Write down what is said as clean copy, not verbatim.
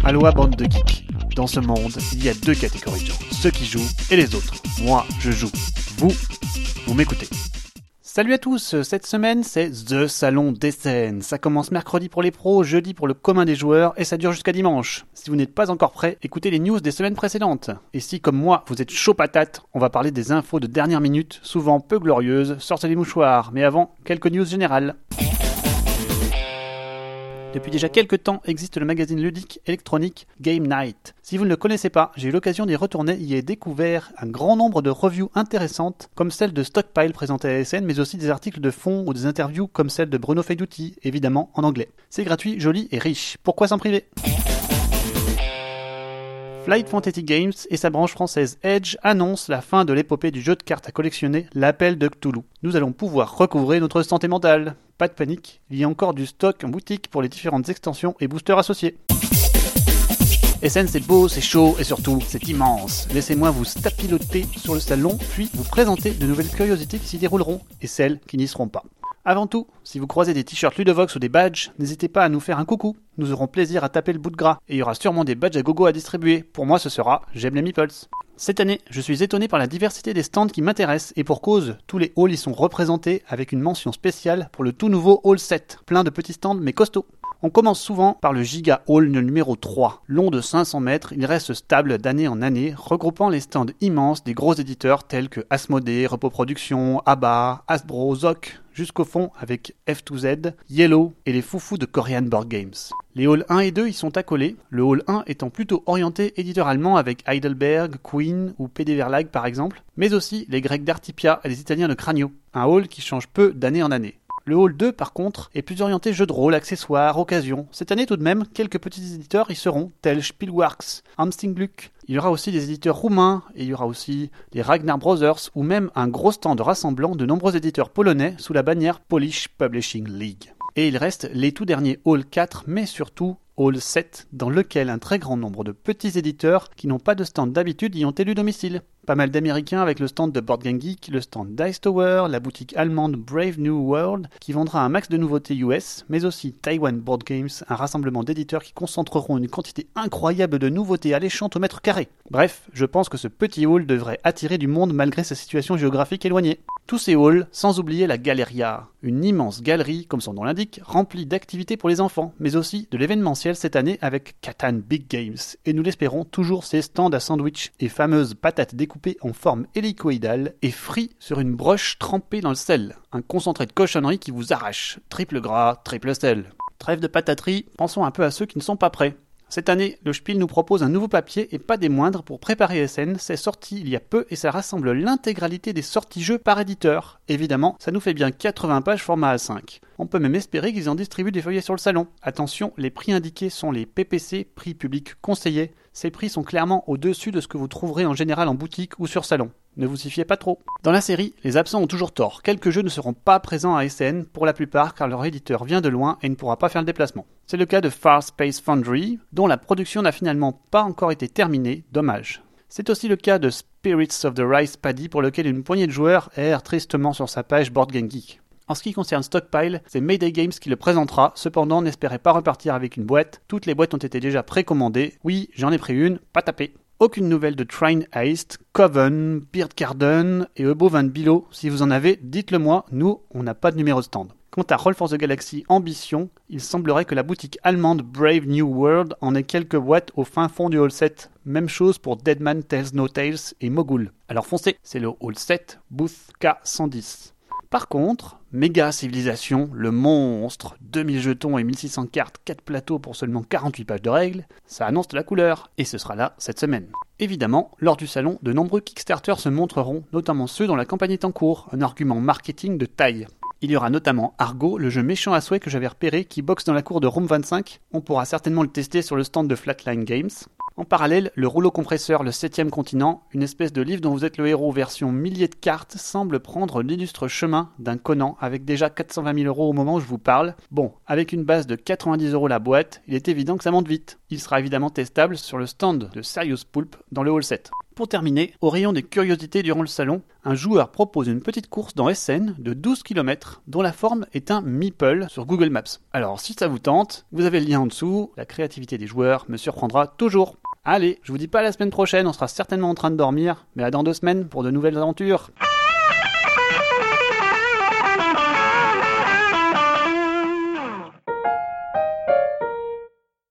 Aloha bande de geeks. Dans ce monde, il y a deux catégories de gens, ceux qui jouent et les autres. Moi, je joue. Vous m'écoutez. Salut à tous, cette semaine c'est The Salon d'Essen. Ça commence mercredi pour les pros, jeudi pour le commun des joueurs et ça dure jusqu'à dimanche. Si vous n'êtes pas encore prêts, écoutez les news des semaines précédentes. Et si comme moi vous êtes chaud patate, on va parler des infos de dernière minute, souvent peu glorieuses, sortez les mouchoirs. Mais avant, quelques news générales. Depuis déjà quelques temps existe le magazine ludique électronique Game Night. Si vous ne le connaissez pas, j'ai eu l'occasion d'y retourner et y ai découvert un grand nombre de reviews intéressantes, comme celle de Stockpile présentée à SN, mais aussi des articles de fond ou des interviews comme celle de Bruno Feiduti, évidemment en anglais. C'est gratuit, joli et riche. Pourquoi s'en priver ? Flight Fantasy Games et sa branche française Edge annoncent la fin de l'épopée du jeu de cartes à collectionner, l'Appel de Cthulhu. Nous allons pouvoir recouvrer notre santé mentale. Pas de panique, il y a encore du stock en boutique pour les différentes extensions et boosters associés. SN c'est beau, c'est chaud et surtout c'est immense. Laissez-moi vous stapiloter sur le salon puis vous présenter de nouvelles curiosités qui s'y dérouleront et celles qui n'y seront pas. Avant tout, si vous croisez des t-shirts Ludovox ou des badges, n'hésitez pas à nous faire un coucou. Nous aurons plaisir à taper le bout de gras. Et il y aura sûrement des badges à gogo à distribuer. Pour moi, ce sera « J'aime les meeples ». Cette année, je suis étonné par la diversité des stands qui m'intéressent. Et pour cause, tous les halls y sont représentés avec une mention spéciale pour le tout nouveau Hall 7. Plein de petits stands mais costauds. On commence souvent par le Giga Hall numéro 3. Long de 500 mètres, il reste stable d'année en année, regroupant les stands immenses des gros éditeurs tels que Asmodée, Repos Productions, Abba, Hasbro, Zoc, jusqu'au fond avec F2Z, Yellow et les foufous de Korean Board Games. Les halls 1 et 2 y sont accolés, le hall 1 étant plutôt orienté éditeur allemand avec Heidelberg, Queen ou PD Verlag par exemple, mais aussi les Grecs d'Artipia et les Italiens de Cranio, un hall qui change peu d'année en année. Le hall 2, par contre, est plus orienté jeux de rôle, accessoires, occasions. Cette année, tout de même, quelques petits éditeurs y seront, tels Spielworks, Amsting Gluck. Il y aura aussi des éditeurs roumains, et il y aura aussi les Ragnar Brothers, ou même un gros stand rassemblant de nombreux éditeurs polonais sous la bannière Polish Publishing League. Et il reste les tout derniers Hall 4, mais surtout Hall 7, dans lequel un très grand nombre de petits éditeurs qui n'ont pas de stand d'habitude y ont élu domicile. Pas mal d'Américains avec le stand de Board Game Geek, le stand Dice Tower, la boutique allemande Brave New World qui vendra un max de nouveautés US, mais aussi Taiwan Board Games, un rassemblement d'éditeurs qui concentreront une quantité incroyable de nouveautés alléchantes au mètre carré. Bref, je pense que ce petit hall devrait attirer du monde malgré sa situation géographique éloignée. Tous ces halls, sans oublier la Galeria, une immense galerie, comme son nom l'indique, remplie d'activités pour les enfants, mais aussi de l'événementiel cette année avec Catan Big Games, et nous l'espérons toujours ses stands à sandwich et fameuses patates découpées en forme hélicoïdale et frites sur une broche trempée dans le sel. Un concentré de cochonnerie qui vous arrache. Triple gras, triple sel. Trêve de pataterie, pensons un peu à ceux qui ne sont pas prêts. Cette année, le Spiel nous propose un nouveau papier et pas des moindres pour préparer SN. C'est sorti il y a peu et ça rassemble l'intégralité des sorties jeux par éditeur. Évidemment, ça nous fait bien 80 pages format A5. On peut même espérer qu'ils en distribuent des feuillets sur le salon. Attention, les prix indiqués sont les PPC, prix public conseillés. Ces prix sont clairement au-dessus de ce que vous trouverez en général en boutique ou sur salon. Ne vous y fiez pas trop. Dans la série, les absents ont toujours tort. Quelques jeux ne seront pas présents à SN, pour la plupart car leur éditeur vient de loin et ne pourra pas faire le déplacement. C'est le cas de Far Space Foundry, dont la production n'a finalement pas encore été terminée, dommage. C'est aussi le cas de Spirits of the Rice Paddy pour lequel une poignée de joueurs erre tristement sur sa page Board Game Geek. En ce qui concerne Stockpile, c'est Mayday Games qui le présentera, cependant n'espérez pas repartir avec une boîte, toutes les boîtes ont été déjà précommandées, oui j'en ai pris une, pas tapé. Aucune nouvelle de Trine Heist, Coven, Beard Garden et Above and Below. Si vous en avez, dites-le moi, nous, on n'a pas de numéro de stand. Quant à Roll for the Galaxy Ambition, il semblerait que la boutique allemande Brave New World en ait quelques boîtes au fin fond du Hall 7. Même chose pour Deadman Tells No Tales et Mogul. Alors foncez, c'est le Hall 7, booth K110. Par contre, Méga Civilisation, le monstre, 2000 jetons et 1600 cartes, 4 plateaux pour seulement 48 pages de règles, ça annonce de la couleur, et ce sera là cette semaine. Évidemment, lors du salon, de nombreux Kickstarter se montreront, notamment ceux dont la campagne est en cours, un argument marketing de taille. Il y aura notamment Argo, le jeu méchant à souhait que j'avais repéré, qui boxe dans la cour de Room 25, on pourra certainement le tester sur le stand de Flatline Games. En parallèle, le rouleau compresseur Le 7e continent, une espèce de livre dont vous êtes le héros version milliers de cartes, semble prendre l'illustre chemin d'un Conan avec déjà 420 000 € au moment où je vous parle. Bon, avec une base de 90 € la boîte, il est évident que ça monte vite. Il sera évidemment testable sur le stand de Serious Pulp dans le Hall 7. Pour terminer, au rayon des curiosités durant le salon, un joueur propose une petite course dans Essen de 12 km dont la forme est un meeple sur Google Maps. Alors si ça vous tente, vous avez le lien en dessous, la créativité des joueurs me surprendra toujours. Allez, je vous dis pas la semaine prochaine, on sera certainement en train de dormir, mais à dans 2 semaines pour de nouvelles aventures.